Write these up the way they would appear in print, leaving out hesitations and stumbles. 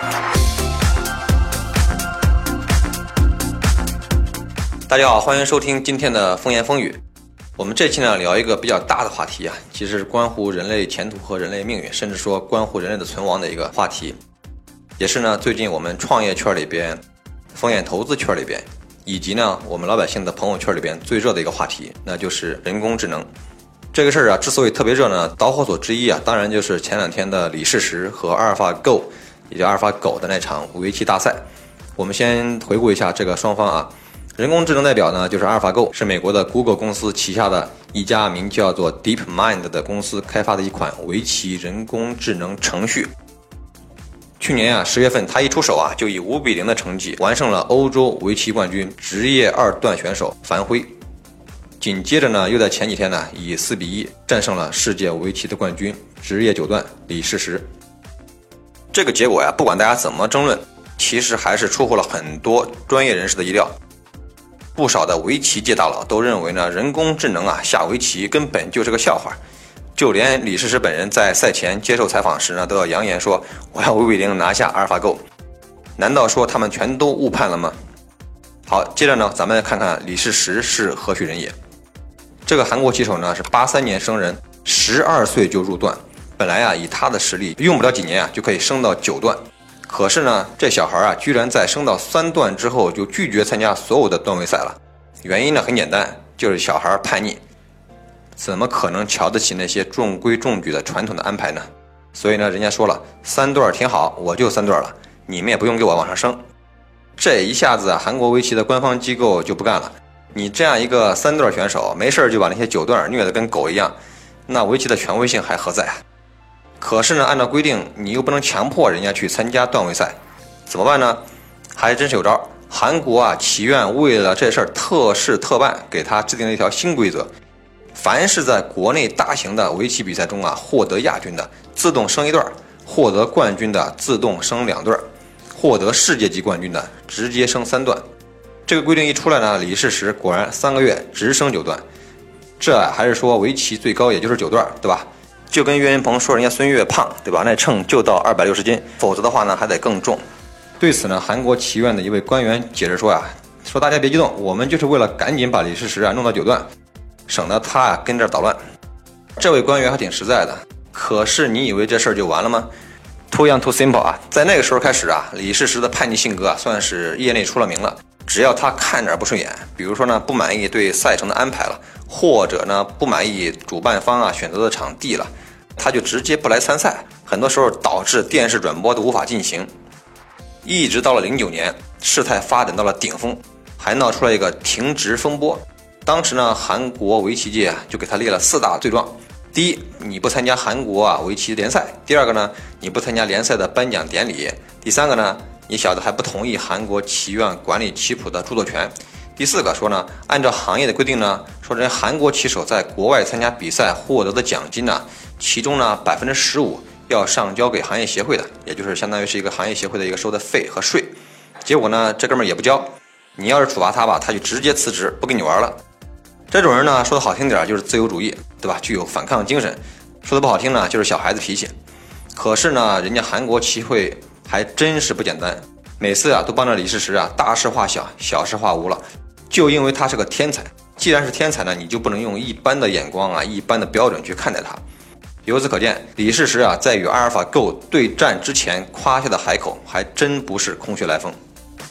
大家好，欢迎收听今天的风言风语。我们这期呢聊一个比较大的话题啊，其实是关乎人类前途和人类命运，甚至说关乎人类的存亡的一个话题，也是呢最近我们创业圈里边、风险投资圈里边，以及呢我们老百姓的朋友圈里边最热的一个话题，那就是人工智能。这个事儿啊，之所以特别热呢，导火索之一啊，当然就是前两天的李世石和阿尔法 Go， 也叫阿尔法狗的那场围棋大赛。我们先回顾一下这个双方啊。人工智能代表呢，就是阿尔法 Go， 是美国的 Google 公司旗下的一家名叫做 DeepMind 的公司开发的一款围棋人工智能程序。去年啊10月份，它一出手啊，就以5-0的成绩完胜了欧洲围棋冠军职业二段选手樊辉。紧接着呢，又在前几天呢，以4-1战胜了世界围棋的冠军职业9段李世石。这个结果呀，不管大家怎么争论，其实还是出乎了很多专业人士的意料。不少的围棋界大佬都认为呢，人工智能啊下围棋根本就是个笑话，就连李世石本人在赛前接受采访时呢，都要扬言说我要5-0拿下阿尔法 Go。难道说他们全都误判了吗？好，接着呢，咱们看看李世石是何许人也。这个韩国棋手呢是83年生人，12岁就入段，本来啊以他的实力用不了几年啊就可以升到9段。可是呢，这小孩啊，居然在升到3段之后就拒绝参加所有的段位赛了。原因呢很简单，就是小孩叛逆，怎么可能瞧得起那些中规中矩的传统的安排呢？所以呢，人家说了，3段挺好，我就3段了，你们也不用给我往上升。这一下子啊，韩国围棋的官方机构就不干了。你这样一个3段选手，没事就把那些9段虐得跟狗一样，那围棋的权威性还何在啊？可是呢，按照规定，你又不能强迫人家去参加段位赛，怎么办呢？还真是有招。韩国啊，棋院为了这事儿特事特办，给他制定了一条新规则：凡是在国内大型的围棋比赛中啊获得亚军的，自动升1段；获得冠军的，自动升2段；获得世界级冠军的，直接升3段。这个规定一出来呢，李世石果然3个月直升9段。这还是说围棋最高也就是9段，对吧？就跟岳云鹏说人家孙悦胖，对吧？那秤就到260斤，否则的话呢还得更重。对此呢，韩国棋院的一位官员解释说说大家别激动，我们就是为了赶紧把李世石啊弄到9段，省得他啊跟这儿捣乱。这位官员还挺实在的，可是你以为这事儿就完了吗？ Too young too simple 啊！在那个时候开始啊，李世石的叛逆性格啊算是业内出了名了。只要他看着不顺眼，比如说呢不满意对赛程的安排了，或者呢不满意主办方啊选择的场地了，他就直接不来参赛，很多时候导致电视转播都无法进行。一直到了09年，事态发展到了顶峰，还闹出了一个停职风波。当时呢，韩国围棋界就给他列了4大罪状：第一，你不参加韩国啊围棋联赛；第二个呢，你不参加联赛的颁奖典礼；第三个呢，你小子还不同意韩国棋院管理棋谱的著作权；第四个说呢，按照行业的规定呢，说人韩国棋手在国外参加比赛获得的奖金呢，其中呢15%要上交给行业协会的，也就是相当于是一个行业协会的一个收的费和税。结果呢，这哥们儿也不交，你要是处罚他吧，他就直接辞职，不跟你玩了。这种人呢，说的好听点就是自由主义，对吧？具有反抗精神；说的不好听呢，就是小孩子脾气。可是呢，人家韩国棋会还真是不简单，每次啊都帮着李世石啊大事化小，小事化无了。就因为他是个天才，既然是天才呢，你就不能用一般的眼光啊、一般的标准去看待他。由此可见，李世石啊在与阿尔法 Go 对战之前夸下的海口，还真不是空穴来风。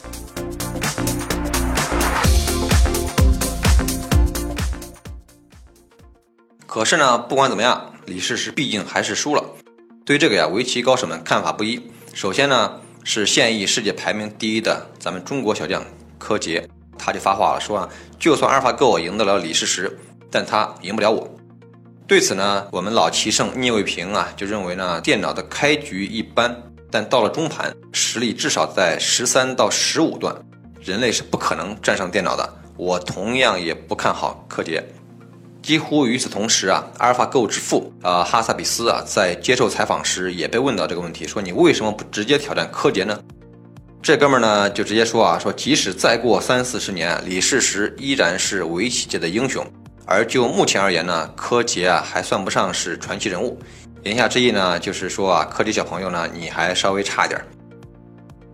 可是呢，不管怎么样，李世石毕竟还是输了。对这个呀，围棋高手们看法不一。首先呢，是现役世界排名第1的咱们中国小将柯洁，他就发话了，说啊，就算阿尔法 Go 赢得了李世石，但他赢不了我。对此呢，我们老棋圣聂卫平啊就认为呢，电脑的开局一般，但到了中盘，实力至少在13到15段，人类是不可能战胜电脑的。我同样也不看好柯洁。几乎与此同时啊，阿尔法 Go 之父哈萨比斯啊，在接受采访时也被问到这个问题，说你为什么不直接挑战柯洁呢？这哥们儿呢就直接说说即使再过30-40年，李世石依然是围棋界的英雄。而就目前而言呢，柯洁啊还算不上是传奇人物。言下之意呢，就是说柯洁小朋友呢，你还稍微差一点。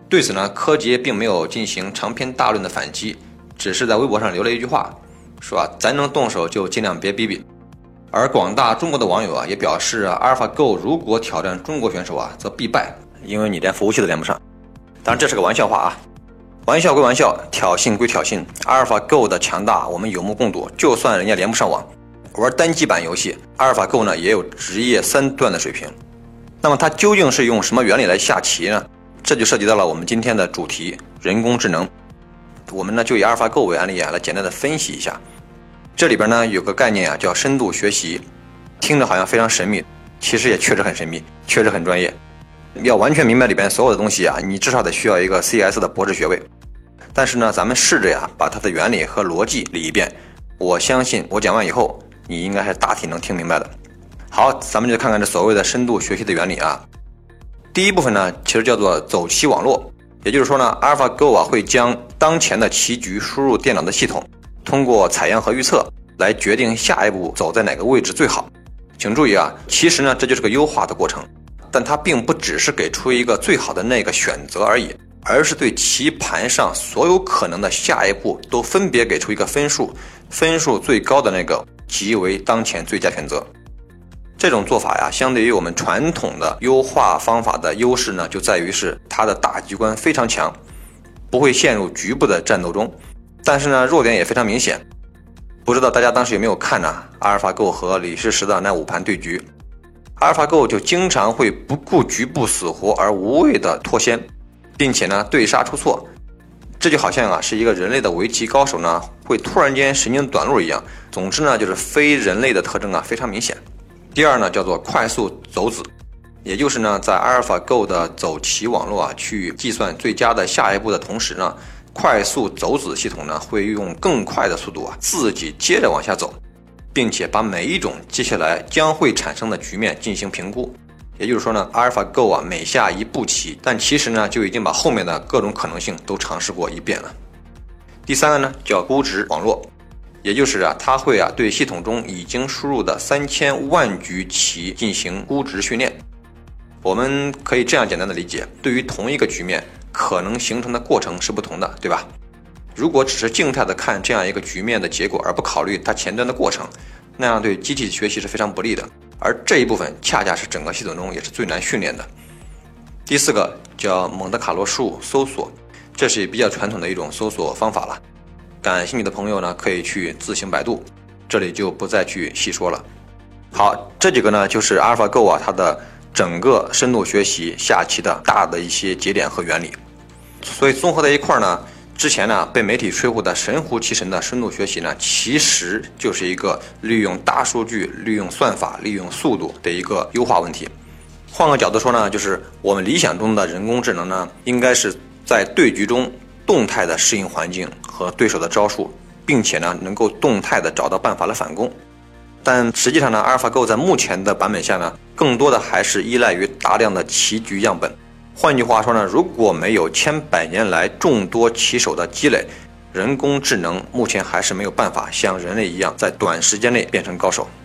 对此呢，柯洁并没有进行长篇大论的反击，只是在微博上留了一句话，说咱能动手就尽量别逼逼。而广大中国的网友也表示AlphaGo 如果挑战中国选手则必败，因为你连服务器都连不上。当然这是个玩笑话玩笑归玩笑，挑衅归挑衅。AlphaGo 的强大我们有目共睹，就算人家连不上网，玩单机版游戏 AlphaGo 呢也有职业3段的水平。那么它究竟是用什么原理来下棋呢？这就涉及到了我们今天的主题人工智能。我们呢就以 AlphaGo 为案例来简单的分析一下。这里边呢有个概念叫深度学习，听着好像非常神秘，其实也确实很神秘，确实很专业。要完全明白里边所有的东西你至少得需要一个 CS 的博士学位。但是呢，咱们试着把它的原理和逻辑理一遍，我相信我讲完以后，你应该是大体能听明白的。好，咱们就看看这所谓的深度学习的原理第一部分呢，其实叫做走棋网络，也就是说呢 ，AlphaGo 会将当前的棋局输入电脑的系统，通过采样和预测来决定下一步走在哪个位置最好。请注意其实呢这就是个优化的过程，但它并不只是给出一个最好的那个选择而已，而是对棋盘上所有可能的下一步都分别给出一个分数，分数最高的那个即为当前最佳选择。这种做法相对于我们传统的优化方法的优势呢，就在于是它的大局观非常强，不会陷入局部的战斗中。但是呢，弱点也非常明显。不知道大家当时有没有看AlphaGo 和李世石的那5盘对局。AlphaGo 就经常会不顾局部死活而无谓的脱先，并且呢对杀出错。这就好像是一个人类的围棋高手呢会突然间神经短路一样。总之呢，就是非人类的特征非常明显。第二呢，叫做快速走子，也就是呢，在 AlphaGo 的走棋网络去计算最佳的下一步的同时呢，快速走子系统呢会用更快的速度自己接着往下走，并且把每一种接下来将会产生的局面进行评估。也就是说呢 ，AlphaGo 每下一步棋，但其实呢就已经把后面的各种可能性都尝试过一遍了。第三个呢叫估值网络。也就是它会对系统中已经输入的3000万局棋进行估值训练。我们可以这样简单的理解，对于同一个局面，可能形成的过程是不同的，对吧？如果只是静态的看这样一个局面的结果，而不考虑它前端的过程，那样对机器学习是非常不利的。而这一部分恰恰是整个系统中也是最难训练的。第四个叫蒙特卡洛数搜索，这是比较传统的一种搜索方法了。感兴趣的朋友呢，可以去自行百度，这里就不再去细说了。好，这几个呢就是 AlphaGo 它的整个深度学习下棋的大的一些节点和原理。所以综合在一块呢，之前呢被媒体吹呼的神乎其神的深度学习呢，其实就是一个利用大数据、利用算法、利用速度的一个优化问题。换个角度说呢，就是我们理想中的人工智能呢，应该是在对局中动态的适应环境和对手的招数，并且呢能够动态的找到办法来反攻。但实际上呢 AlphaGo 在目前的版本下呢，更多的还是依赖于大量的棋局样本。换句话说呢，如果没有千百年来众多棋手的积累，人工智能目前还是没有办法像人类一样在短时间内变成高手。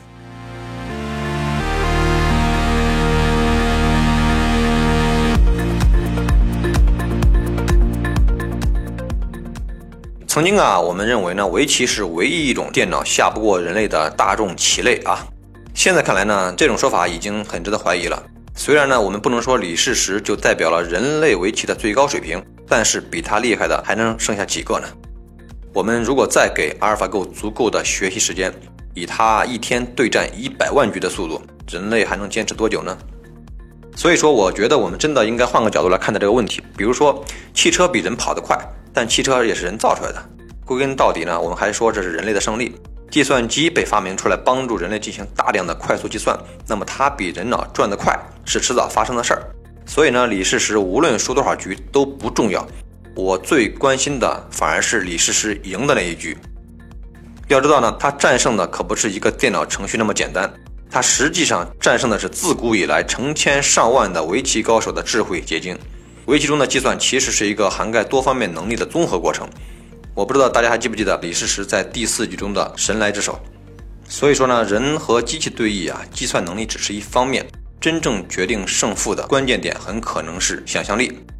曾经我们认为呢，围棋是唯一一种电脑下不过人类的大众棋类现在看来呢，这种说法已经很值得怀疑了。虽然呢，我们不能说李世石就代表了人类围棋的最高水平，但是比他厉害的还能剩下几个呢？我们如果再给 AlphaGo 足够的学习时间，以他一天对战100万局的速度，人类还能坚持多久呢？所以说，我觉得我们真的应该换个角度来看待这个问题。比如说，汽车比人跑得快，但汽车也是人造出来的。归根到底呢，我们还说这是人类的胜利。计算机被发明出来帮助人类进行大量的快速计算，那么它比人脑转得快是迟早发生的事儿。所以呢，李世石无论输多少局都不重要，我最关心的反而是李世石赢的那一局。要知道呢，他战胜的可不是一个电脑程序那么简单，他实际上战胜的是自古以来成千上万的围棋高手的智慧结晶。围棋中的计算其实是一个涵盖多方面能力的综合过程。我不知道大家还记不记得李世石在第4局中的神来之手。所以说呢，人和机器对弈计算能力只是一方面，真正决定胜负的关键点很可能是想象力。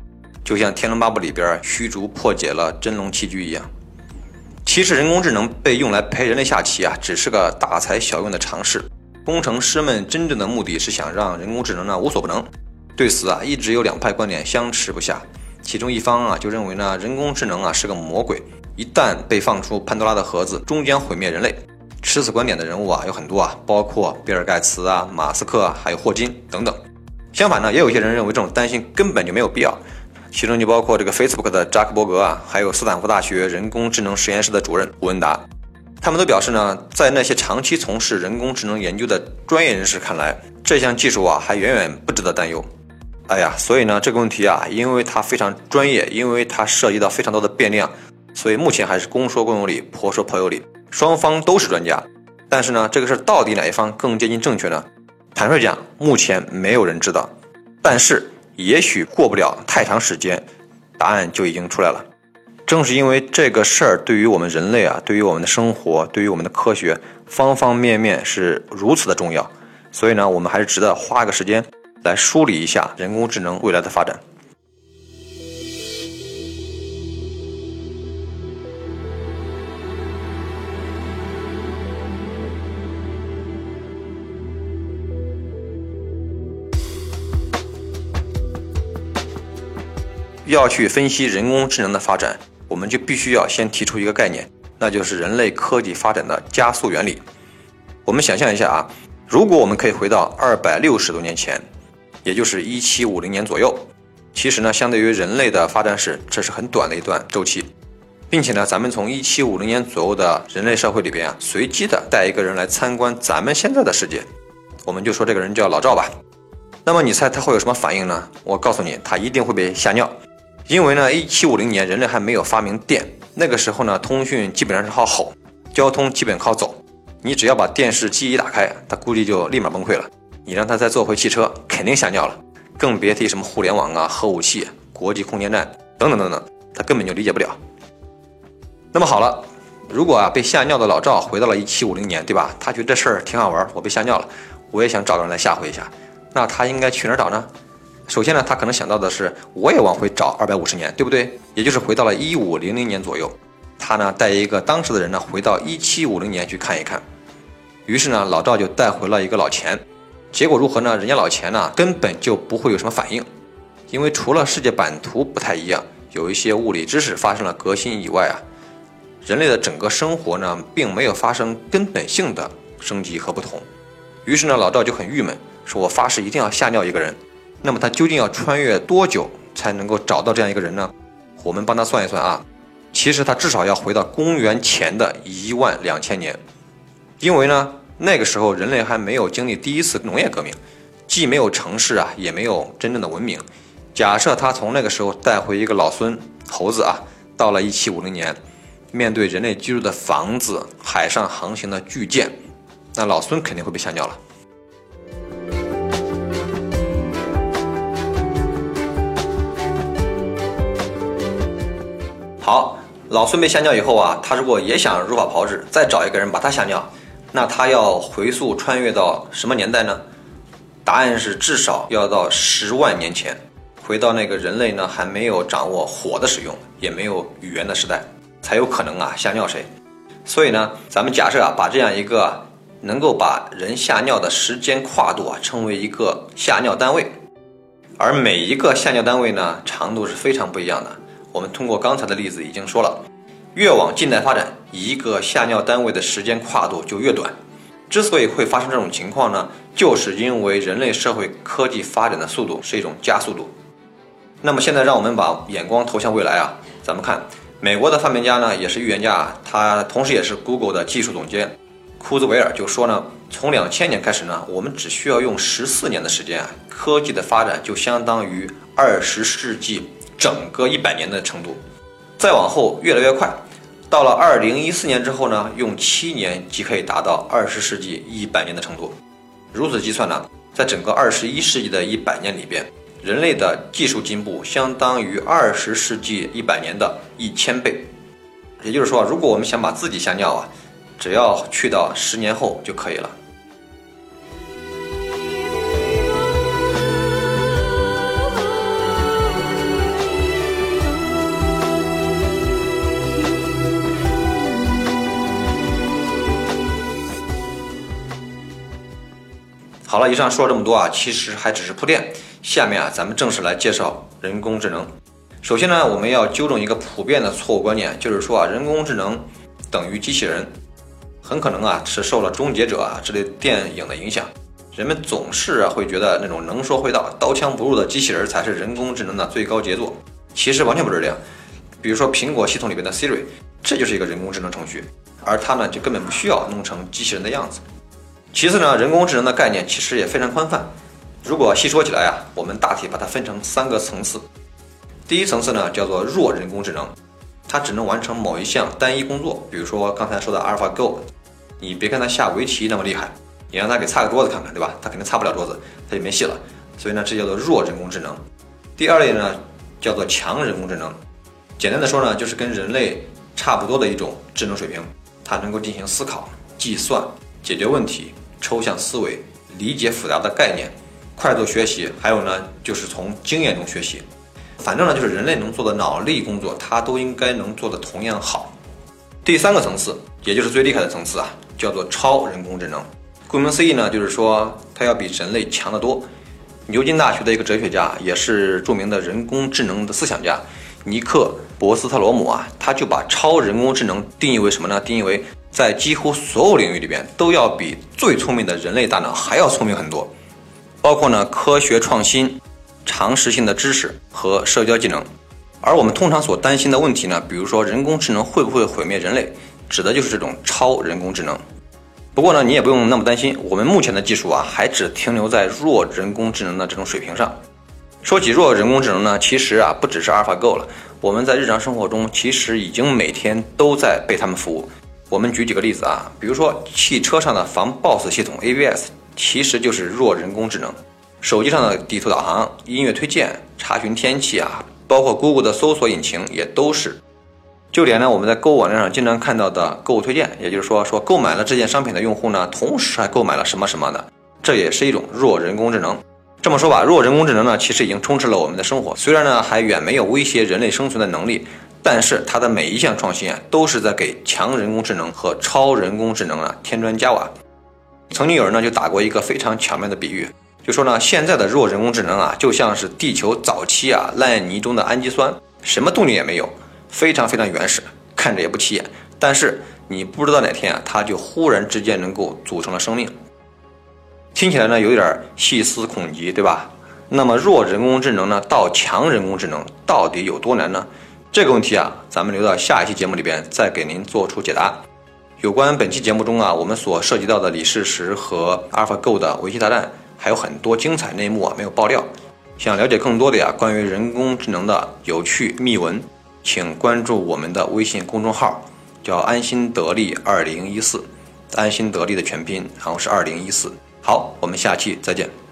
就像《天龙八部》里边虚竹破解了真龙棋局一样。其实人工智能被用来陪人类下棋啊，只是个大材小用的尝试。工程师们真正的目的是想让人工智能无所不能。对此啊，一直有两派观点相持不下。其中一方啊就认为呢，人工智能是个魔鬼，一旦被放出潘多拉的盒子，终将毁灭人类。持此观点的人物有很多包括比尔盖茨马斯克还有霍金等等。相反呢，也有一些人认为这种担心根本就没有必要。其中就包括这个 Facebook 的扎克伯格还有斯坦福大学人工智能实验室的主任吴文达。他们都表示呢，在那些长期从事人工智能研究的专业人士看来，这项技术还远远不值得担忧。所以呢，这个问题因为它非常专业，因为它涉及到非常多的变量，所以目前还是公说公有理，婆说婆有理，双方都是专家。但是呢，这个事到底哪一方更接近正确呢？坦率讲，目前没有人知道。但是也许过不了太长时间，答案就已经出来了。正是因为这个事儿对于我们人类对于我们的生活，对于我们的科学方方面面是如此的重要，所以呢，我们还是值得花个时间来梳理一下人工智能未来的发展。要去分析人工智能的发展，我们就必须要先提出一个概念，那就是人类科技发展的加速原理。我们想象一下如果我们可以回到260多年前，也就是1750年左右，其实呢，相对于人类的发展史，这是很短的一段周期，并且呢，咱们从1750年左右的人类社会里边随机的带一个人来参观咱们现在的世界，我们就说这个人叫老赵吧。那么你猜他会有什么反应呢？我告诉你，他一定会被吓尿。因为呢，1750年人类还没有发明电，那个时候呢，通讯基本上是靠吼，交通基本靠走。你只要把电视机一打开，他估计就立马崩溃了。你让他再坐回汽车，肯定吓尿了，更别提什么互联网核武器、国际空间站等等等等，他根本就理解不了。那么好了，如果被吓尿的老赵回到了1750年，对吧？他觉得这事儿挺好玩，我被吓尿了，我也想找个人来吓唬一下。那他应该去哪儿找呢？首先呢，他可能想到的是，我也往回找250年，对不对？也就是回到了1500年左右。他呢带一个当时的人呢回到1750年去看一看。于是呢，老赵就带回了一个老钱。结果如何呢？人家老钱呢根本就不会有什么反应，因为除了世界版图不太一样，有一些物理知识发生了革新以外人类的整个生活呢并没有发生根本性的升级和不同。于是呢，老赵就很郁闷，说我发誓一定要吓尿一个人。那么他究竟要穿越多久才能够找到这样一个人呢？我们帮他算一算其实他至少要回到公元前的12000年。因为呢，那个时候人类还没有经历第一次农业革命，既没有城市也没有真正的文明。假设他从那个时候带回一个老孙猴子到了1750年，面对人类居住的房子、海上航行的巨舰，那老孙肯定会被吓尿了。好，老孙被吓尿以后他如果也想如法炮制，再找一个人把他吓尿，那他要回溯穿越到什么年代呢？答案是至少要到10万年前，回到那个人类呢还没有掌握火的使用，也没有语言的时代，才有可能吓尿谁。所以呢，咱们假设把这样一个能够把人吓尿的时间跨度称为一个吓尿单位，而每一个吓尿单位呢长度是非常不一样的。我们通过刚才的例子已经说了，越往近代发展，一个吓尿单位的时间跨度就越短。之所以会发生这种情况呢，就是因为人类社会科技发展的速度是一种加速度。那么现在让我们把眼光投向未来咱们看美国的发明家呢也是预言家他同时也是 Google 的技术总监库兹韦尔就说呢，从2000年开始呢，我们只需要用14年的时间科技的发展就相当于20世纪整个100年的程度，再往后越来越快，到了2014年之后呢，用7年即可以达到20世纪100年的程度。如此计算呢，在整个21世纪的100年里边，人类的技术进步相当于20世纪100年的1000倍。也就是说，如果我们想把自己吓尿只要去到10年后就可以了。 好了，以上说了这么多啊，其实还只是铺垫。下面啊，咱们正式来介绍人工智能。首先呢，我们要纠正一个普遍的错误观念，就是说啊，人工智能等于机器人。很可能啊是受了《终结者》啊这类电影的影响，人们总是会觉得那种能说会道、刀枪不入的机器人才是人工智能的最高杰作。其实完全不是这样。比如说苹果系统里边的 Siri， 这就是一个人工智能程序，而它呢就根本不需要弄成机器人的样子。其次呢，人工智能的概念其实也非常宽泛。如果细说起来啊，我们大体把它分成3个层次。第一层次呢叫做弱人工智能，它只能完成某一项单一工作，比如说刚才说的 AlphaGo。你别看它下围棋那么厉害，你让它给擦个桌子看看，对吧？它肯定擦不了桌子，它就没戏了。所以呢，这叫做弱人工智能。第二类呢，叫做强人工智能。简单的说呢，就是跟人类差不多的一种智能水平，它能够进行思考、计算、解决问题、抽象思维、理解复杂的概念、快速学习，还有呢，就是从经验中学习。反正呢，就是人类能做的脑力工作，它都应该能做得同样好。第3个层次，也就是最厉害的层次啊，叫做超人工智能。顾名思义呢，就是说它要比人类强得多。牛津大学的一个哲学家，也是著名的人工智能的思想家尼克·博斯特罗姆啊，他就把超人工智能定义为什么呢？定义为在几乎所有领域里边都要比最聪明的人类大脑还要聪明很多，包括呢科学创新、常识性的知识和社交技能。而我们通常所担心的问题呢，比如说人工智能会不会毁灭人类，指的就是这种超人工智能。不过呢，你也不用那么担心，我们目前的技术啊，还只停留在弱人工智能的这种水平上。说起弱人工智能呢，其实啊，不只是 AlphaGo 了，我们在日常生活中其实已经每天都在被他们服务。我们举几个例子啊，比如说汽车上的防抱死系统 ABS， 其实就是弱人工智能。手机上的地图导航、音乐推荐、查询天气啊，包括 Google 的搜索引擎也都是。就连呢我们在购物网站上经常看到的购物推荐，也就是说购买了这件商品的用户呢，同时还购买了什么什么的，这也是一种弱人工智能。这么说吧，弱人工智能呢，其实已经充斥了我们的生活，虽然呢还远没有威胁人类生存的能力，但是它的每一项创新啊，都是在给强人工智能和超人工智能啊添砖加瓦。曾经有人呢就打过一个非常巧妙的比喻，就说呢，现在的弱人工智能啊，就像是地球早期啊烂泥中的氨基酸，什么动力也没有，非常非常原始，看着也不起眼，但是你不知道哪天啊，它就忽然之间能够组成了生命。听起来呢有点细思恐极，对吧？那么弱人工智能呢到强人工智能到底有多难呢？这个问题啊，咱们留到下一期节目里边再给您做出解答。有关本期节目中啊，我们所涉及到的李世石和 AlphaGo 的围棋大战，还有很多精彩内幕啊没有爆料。想了解更多的呀关于人工智能的有趣秘闻，请关注我们的微信公众号，叫安心得力2014，安心得力的全拼，然后是2014。好，我们下期再见。